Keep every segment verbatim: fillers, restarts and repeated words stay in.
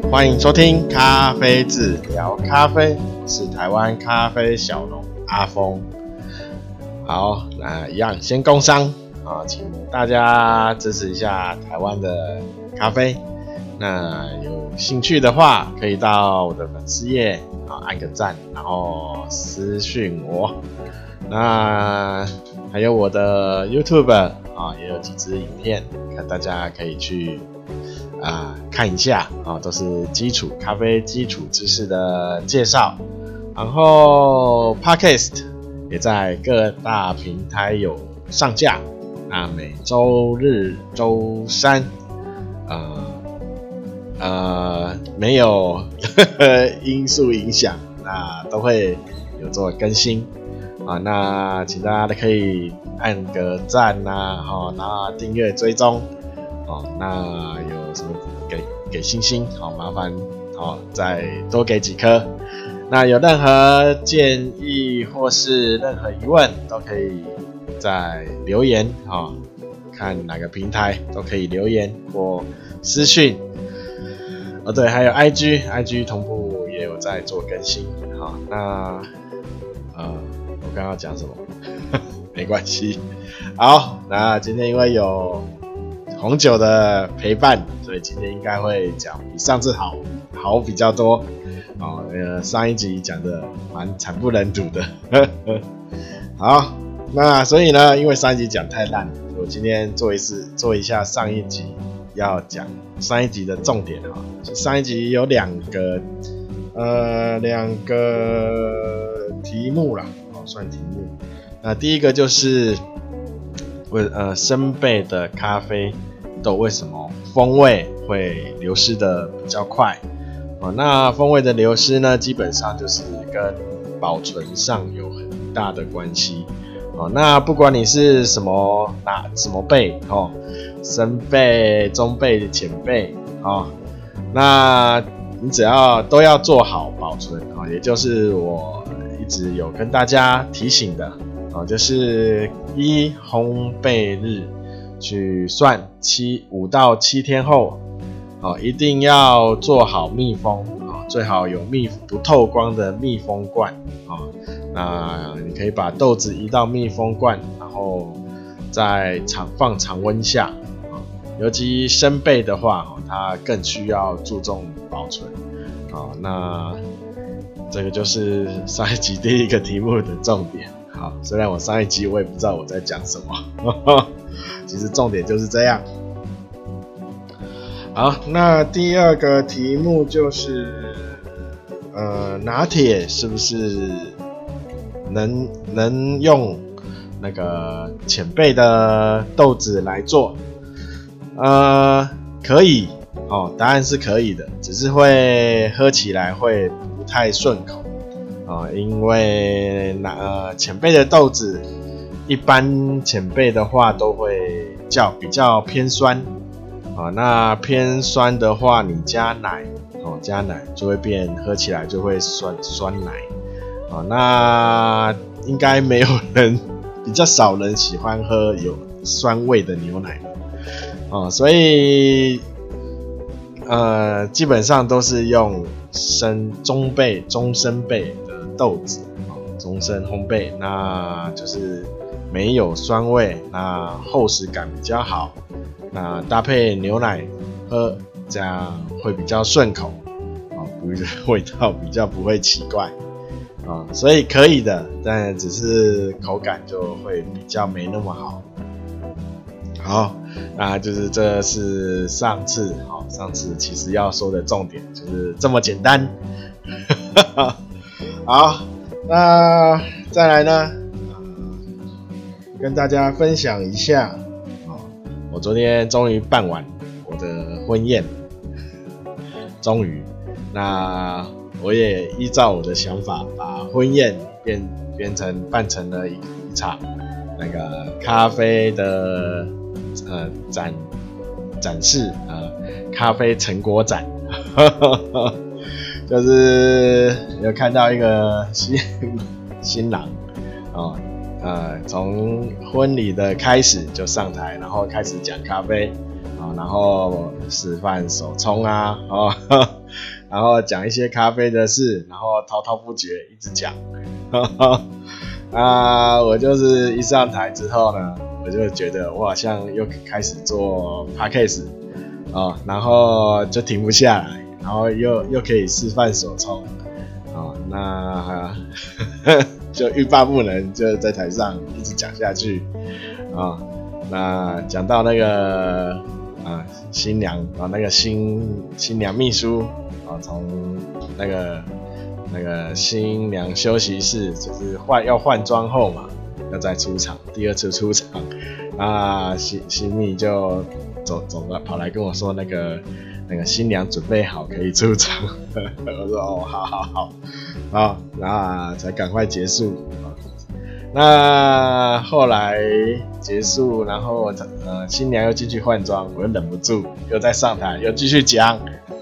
欢迎收听咖啡志聊咖啡，我是台湾咖啡小农阿峰。好，那一样先工商啊，请大家支持一下台湾的咖啡。那有兴趣的话，可以到我的粉丝页啊按个赞，然后私讯我。那还有我的 YouTube 啊，也有几支影片，看大家可以去啊看一下啊，都是基础咖啡基础知识的介绍。然后 Podcast 也在各大平台有上架，那每周日、周三，呃呃没有因素影响，那都会有做更新。啊，那请大家可以按个赞呐，哈，然后订阅追踪，哦，那有什么给给星星，好麻烦，哦，再多给几颗。那有任何建议或是任何疑问，都可以在留言，哈，看哪个平台都可以留言或私讯。哦，对，还有 I G，I G 同步也有在做更新，好，那呃。我刚刚讲什么？没关系。好，那今天因为有红酒的陪伴，所以今天应该会讲比上次好好比较多。哦，呃，上一集讲的蛮惨不忍睹的。好，那所以呢，因为上一集讲太烂，我今天做一次做一下上一集要讲上一集的重点哈。上一集有两个呃两个题目啦。算题目，那第一个就是为呃生焙的咖啡豆为什么风味会流失的比较快？哦，那风味的流失呢，基本上就是跟保存上有很大的关系。哦，那不管你是什么哪什么焙哦，生焙、中焙、浅焙哦，那你只要都要做好保存啊，也就是我一直有跟大家提醒的啊，就是依烘焙日去算七五到七天后，啊，一定要做好密封啊，最好有密不透光的密封罐啊。那你可以把豆子移到密封罐，然后在常放常温下啊。尤其生焙的话，它更需要注重保存啊。那这个就是上一集第一个题目的重点。好，虽然我上一集我也不知道我在讲什么，其实重点就是这样。好，那第二个题目就是，呃，拿铁是不是能能用那个浅焙的豆子来做？呃，可以，哦，答案是可以的，只是会喝起来会不太顺口啊、呃，因为那呃浅焙的豆子，一般浅焙的话都会较比较偏酸啊、呃，那偏酸的话，你加奶哦，加奶就会变，喝起来就会酸酸奶啊、呃，那应该没有人比较少人喜欢喝有酸味的牛奶啊、呃，所以。呃，基本上都是用生中焙、中生焙的豆子，哦，中生烘焙，那就是没有酸味，那厚实感比较好，那搭配牛奶喝，这样会比较顺口，哦，味道比较不会奇怪，啊、哦，所以可以的，但只是口感就会比较没那么好。好，那就是这是上次，好，上次其实要说的重点就是这么简单。好，那再来呢，跟大家分享一下，我昨天终于办完我的婚宴，终于，那我也依照我的想法，把婚宴变变成办成了一一场那个咖啡的。呃，展展示呃咖啡成果展，就是有看到一个新新郎哦，呃，从婚礼的开始就上台，然后开始讲咖啡啊、哦，然后示范手冲啊，哦， 然后讲一些咖啡的事，然后滔滔不绝一直讲。啊，我就是一上台之后呢，我就觉得我好像又开始做 podcast 哦，然后就停不下来，然后又又可以示范手冲，哦，那就欲罢不能，就在台上一直讲下去，啊、哦，那讲到那个啊新娘啊那个新新娘秘书啊，从那个。那个新娘休息室就是换要换装后嘛，要再出场，第二次出场，啊新新秘就走走了跑来跟我说那个那个新娘准备好可以出场，我说哦好好好，好，然后才赶快结束。那后来结束，然后呃新娘又进去换装，我又忍不住又再上台又继续讲。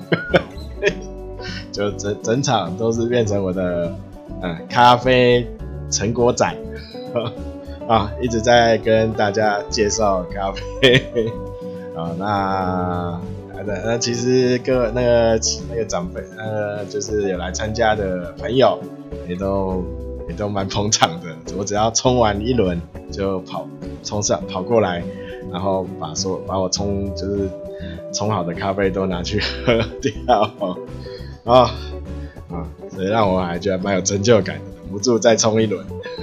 就整整场都是变成我的呃咖啡成果展啊，一直在跟大家介绍咖啡啊。那那其实各那个那个长辈呃，就是有来参加的朋友也都也都蛮捧场的。我只要冲完一轮就跑冲上跑过来，然后把所把我冲就是冲好的咖啡都拿去喝掉。啊啊，所以让我还觉得蛮有成就感的，忍不住再冲一轮。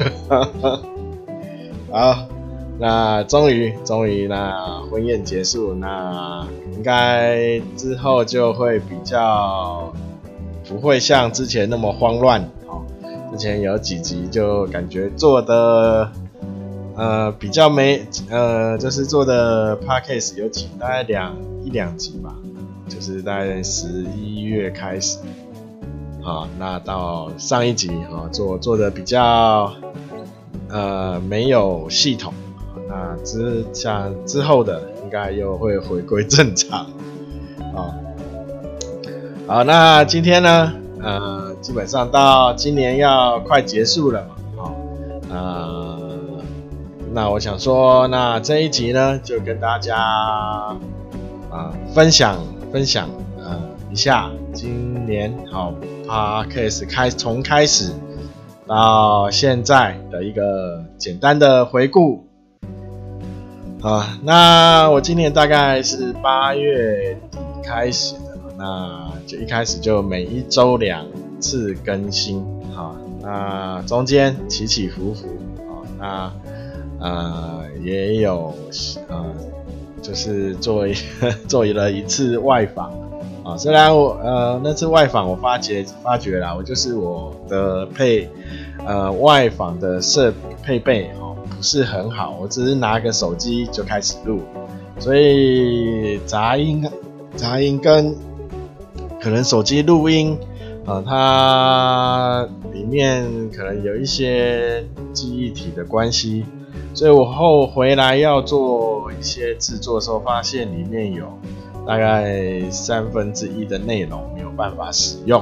好，那终于终于那婚宴结束，那应该之后就会比较不会像之前那么慌乱。哦，之前有几集就感觉做的呃比较没呃就是做的 podcast 有几大概两一两集吧。就是在十一月开始，啊，那到上一集啊做做的比较呃没有系统，那之像之后的应该又会回归正常，啊，好，那今天呢，呃，基本上到今年要快结束了嘛，啊，呃，那我想说，那这一集呢，就跟大家啊、呃、分享。分享呃一下今年好 Podcast 开从开始到现在的一个简单的回顾啊。那我今年大概是八月底开始的，那就一开始就每一周两次更新啊。那中间起起伏伏啊，那呃也有呃。就是做做了一次外访啊，虽然我呃那次外访我发觉发觉啦，我就是我的配呃外访的设配备哦不是很好，我只是拿个手机就开始录，所以杂音杂音跟可能手机录音啊，它里面可能有一些记忆体的关系。所以我后回来要做一些制作的时候，发现里面有大概三分之一的内容没有办法使用，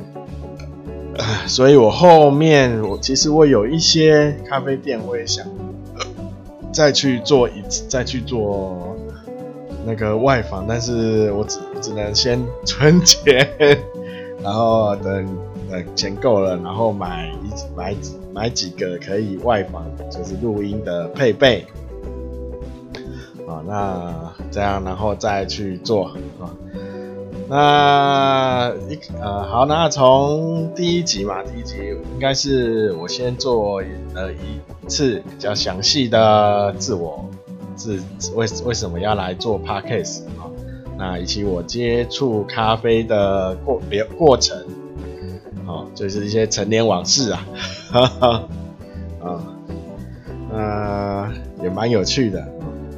所以我后面我其实我有一些咖啡店，我也想再去做一次，再去做那个外访，但是我只只能先存钱，然后等等钱够了，然后买一买几。买几个可以外访就是录音的配备啊，那这样然后再去做啊。那一呃好，那从第一集嘛，第一集应该是我先做了一次比较详细的自我自为为什么要来做 podcast 啊，那以及我接触咖啡的过过程。哦，就是一些陈年往事啊，哈哈，啊，呃，也蛮有趣的。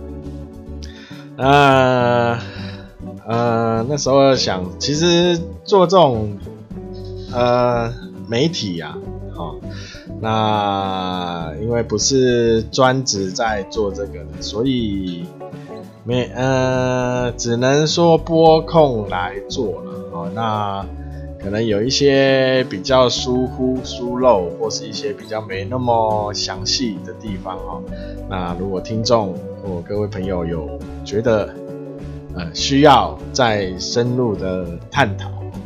那呃，那时候想，其实做这种呃媒体啊，哦，那因为不是专职在做这个的，所以没呃，只能说拨空来做了。哦，那。可能有一些比较疏忽疏漏，或是一些比较没那么详细的地方哈。那如果听众或各位朋友有觉得呃需要再深入的探讨，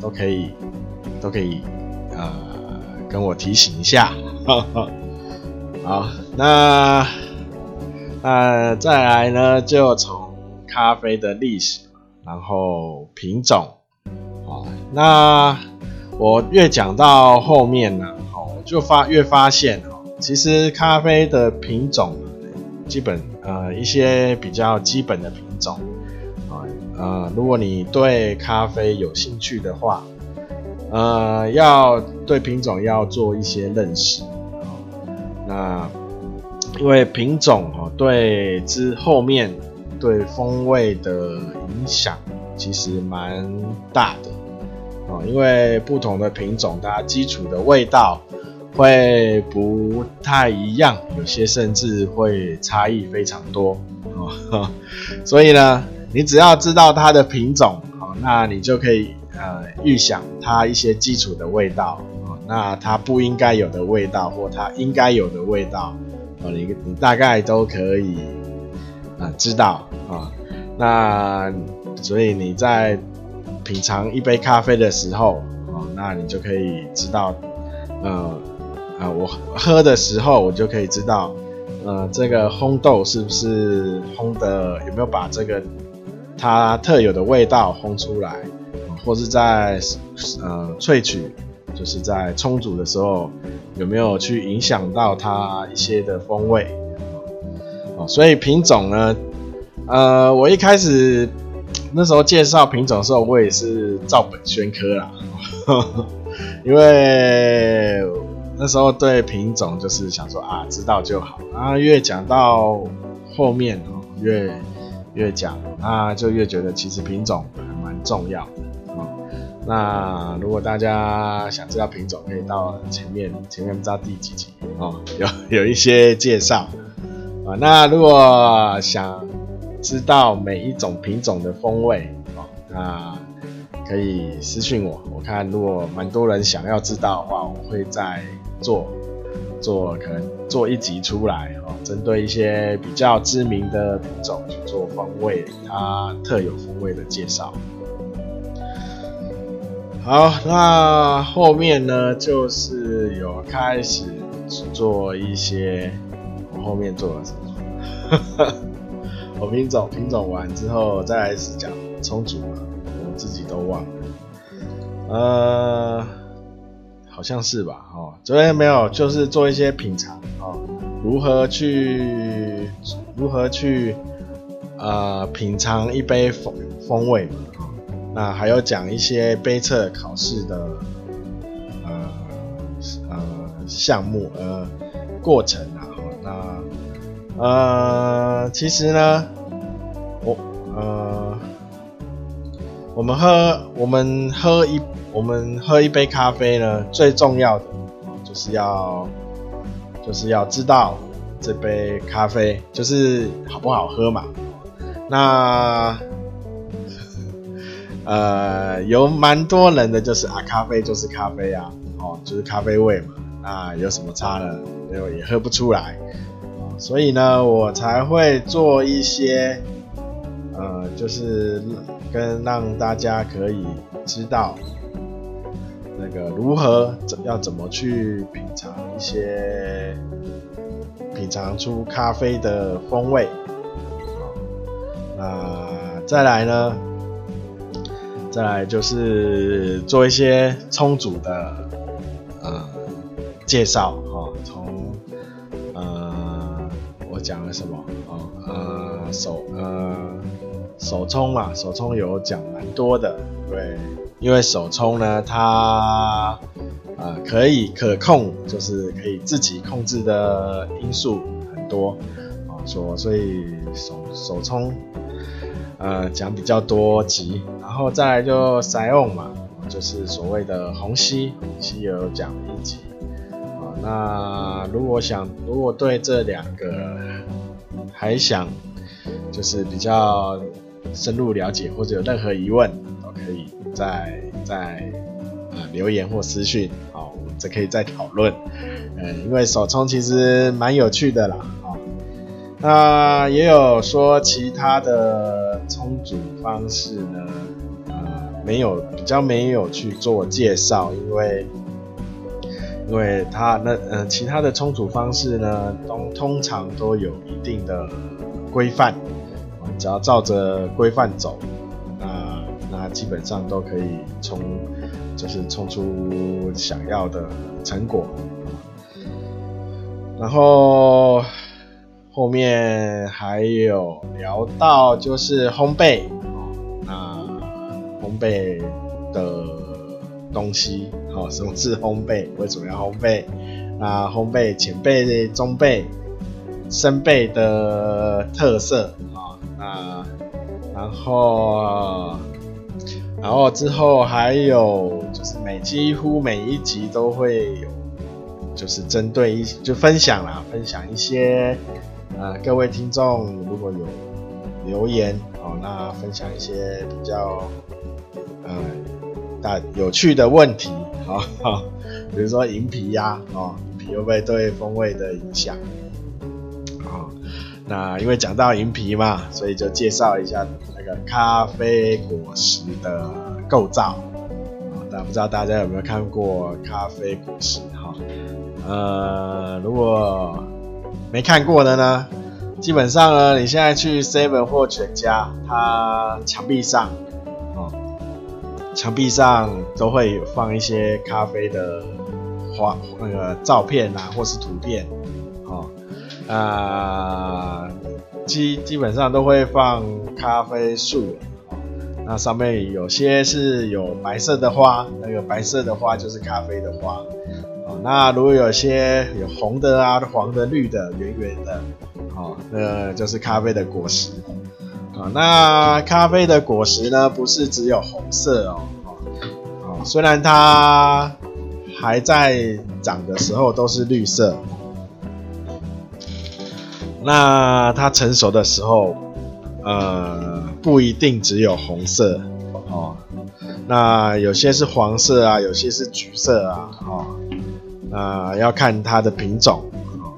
都可以都可以呃跟我提醒一下。好，那呃再来呢，就从咖啡的历史，然后品种。哦，那我越讲到后面呢，哦，就发越发现哦，其实咖啡的品种，基本呃一些比较基本的品种，啊呃，如果你对咖啡有兴趣的话，呃，要对品种要做一些认识。那因为品种哦，对之后面对风味的影响其实蛮大的哦，因为不同的品种，它基础的味道会不太一样，有些甚至会差异非常多哦。所以呢，你只要知道它的品种哦，那你就可以呃预想它一些基础的味道。那它不应该有的味道，或它应该有的味道，哦、你你大概都可以、呃、知道啊、哦。那所以你在品尝一杯咖啡的时候，哦、那你就可以知道，呃呃，我喝的时候我就可以知道，呃，这个烘豆是不是烘的，有没有把这个它特有的味道烘出来，或是在呃萃取。就是在冲煮的时候有没有去影响到它一些的风味，哦，所以品种呢，呃，我一开始那时候介绍品种的时候，我也是照本宣科啦，因为那时候对品种就是想说啊，知道就好，然后越讲到后面哦，越越讲，那就越觉得其实品种还蛮重要的。那如果大家想知道品种，可以到前面前面不知道第几集哦，有有一些介绍啊。那如果想知道每一种品种的风味哦，那可以私讯我，我看如果蛮多人想要知道的话，我会再做做可能做一集出来哦，针对一些比较知名的品种去做风味它特有风味的介绍。好，那后面呢，就是有开始做一些，我后面做了什么？我品种品种完之后，再来是讲冲煮嘛，我自己都忘了，呃，好像是吧？哦，昨天没有，就是做一些品尝哦，如何去如何去呃品尝一杯风风味嘛。那还有讲一些杯测考试的呃呃项目呃过程啊，那呃其实呢，我呃我们喝我们喝一我们喝一杯咖啡呢，最重要的就是要就是要知道这杯咖啡就是好不好喝嘛。那呃，有蛮多人的就是啊，咖啡就是咖啡啊，哦，就是咖啡味嘛，那有什么差呢？也喝不出来，哦，所以呢，我才会做一些，呃，就是跟让大家可以知道那个如何要怎么去品尝一些品尝出咖啡的风味，哦，那再来呢？再来就是做一些冲煮的呃介绍哦，从呃我讲了什么哦呃手呃手冲嘛，手冲有讲蛮多的，对，因为手冲呢它呃可以可控，就是可以自己控制的因素很多啊，说所以手手冲。呃，讲比较多集，然后再来就塞翁嘛，就是所谓的虹吸，虹吸也有讲一集啊。那如果想，如果对这两个还想就是比较深入了解，或者有任何疑问，都可以在在呃留言或私讯，好，我们这可以再讨论。嗯，因为手冲其实蛮有趣的啦，啊。那也有说其他的冲煮方式呢，呃， 没有比较没有去做介绍，因为因为它那呃其他的冲煮方式呢，通通常都有一定的规范，只要照着规范走，那那基本上都可以冲，就是冲出想要的成果。然后后面还有聊到就是烘焙，那烘焙的东西，好，什么是烘焙？为什么要烘焙？那烘焙浅焙、中焙、深焙的特色啊，那然后然后之后还有就是每几乎每一集都会有，就是针对一就分享啦，分享一些呃各位听众如果有留言哦，那分享一些比较呃大有趣的问题，好、哦，比如说银皮呀、啊，哦，银皮会不会对风味的影响？哦，那因为讲到银皮嘛，所以就介绍一下那个咖啡果实的构造。但不知道大家有没有看过咖啡果实哈？呃，如果没看过的呢，基本上呢，你现在去 seven 或全家，它墙壁上，哦，墙壁上都会有放一些咖啡的画那个照片啊，或是图片，哦，啊、呃，基基本上都会放咖啡树。那上面有些是有白色的花，那个白色的花就是咖啡的花。哦，那如果有些有红的啊、黄的、绿的、圆圆的，哦，那个就是咖啡的果实。哦，那咖啡的果实呢，不是只有红色哦，哦，虽然它还在长的时候都是绿色，那它成熟的时候，呃。不一定只有红色哦，那有些是黄色啊，有些是橘色啊，哦，那要看它的品种。哦，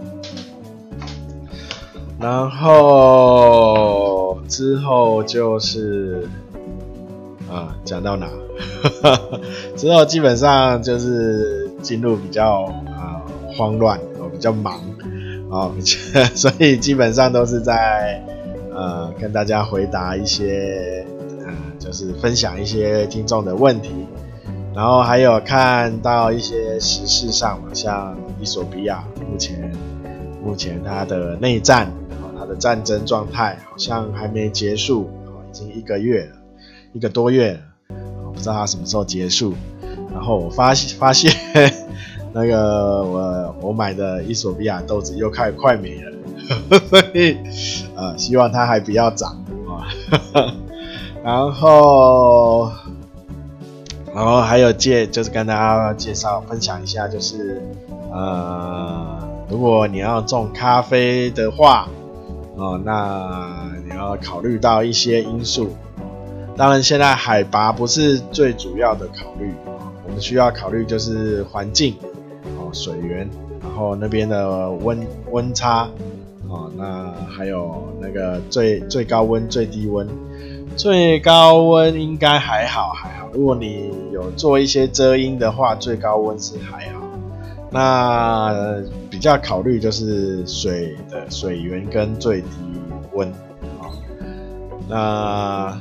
然后之后就是啊，讲到哪？之后基本上就是进入比较啊慌乱，哦，比较忙，哦，所以基本上都是在。呃，跟大家回答一些，呃，就是分享一些听众的问题，然后还有看到一些时事上嘛，像伊索比亚目前目前它的内战，哦，它的战争状态好像还没结束，哦，已经一个月了，一个多月了，哦，不知道它什么时候结束。然后我发发现那个我我买的伊索比亚豆子又快快没了。所以，呃，希望它还不要涨啊。然后，然后还有介，就是跟大家介绍分享一下，就是呃，如果你要种咖啡的话，哦，那你要考虑到一些因素。当然，现在海拔不是最主要的考虑，我们需要考虑就是环境，哦，水源，然后那边的温温差。哦，那还有那个最最高温、最低温，最高温应该还好还好。如果你有做一些遮阴的话，最高温是还好。那比较考虑就是水的水源跟最低温。哦，那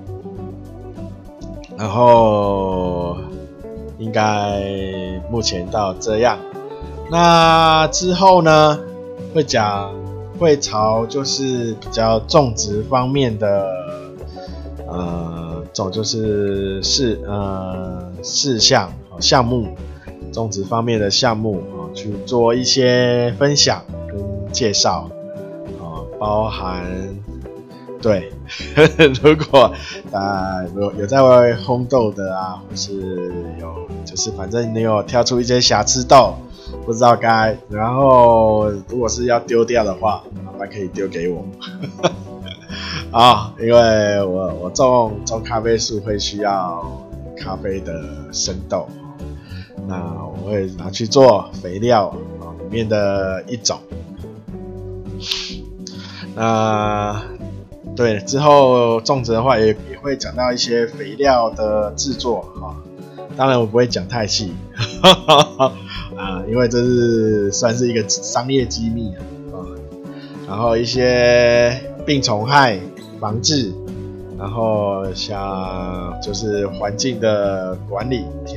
然后应该目前到这样。那之后呢，会讲。会朝就是比较种植方面的呃，种就是事呃事项项目，种植方面的项目啊，去做一些分享跟介绍啊，包含对，如果啊有有在烘豆的啊，或是有就是反正你有挑出一些瑕疵豆。不知道该，然后如果是要丢掉的话，麻烦可以丢给我。啊，因为我我种种咖啡树会需要咖啡的生豆，那我会拿去做肥料啊里面的一种。那对，之后种植的话也也会讲到一些肥料的制作哈。当然我不会讲太细，啊，因为这是算是一个商业机密啊。然后一些病虫害防治，然后像就是环境的管理，天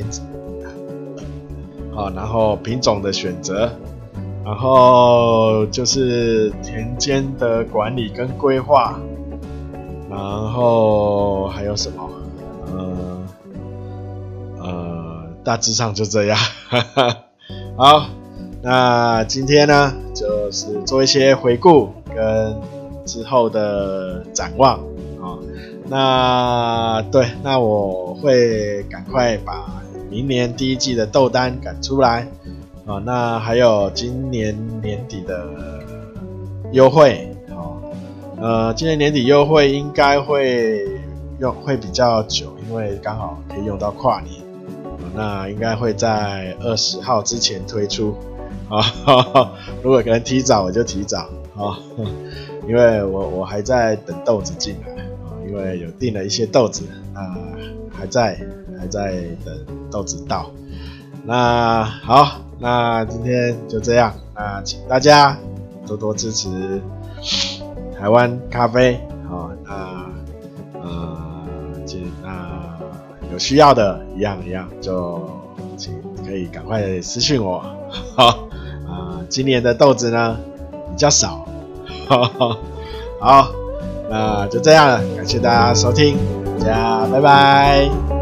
啊，然后品种的选择，然后就是田间的管理跟规划。然后还有什么？呃呃，大致上就这样。好，那今天呢，就是做一些回顾跟之后的展望啊。那对，那我会赶快把明年第一季的豆单赶出来啊。那还有今年年底的优惠。呃，今年年底优惠应该会用会比较久，因为刚好可以用到跨年，呃、那应该会在二十号之前推出啊。如果可能提早我就提早啊，因为我我还在等豆子进来啊，因为有订了一些豆子，那还在还在等豆子到。那好，那今天就这样，那请大家多多支持台湾咖啡，好、哦，那呃，那有需要的，一样一样，就请可以赶快私讯我，好，啊、呃，今年的豆子呢比较少，呵呵好，那就这样了，感谢大家收听，大家拜拜。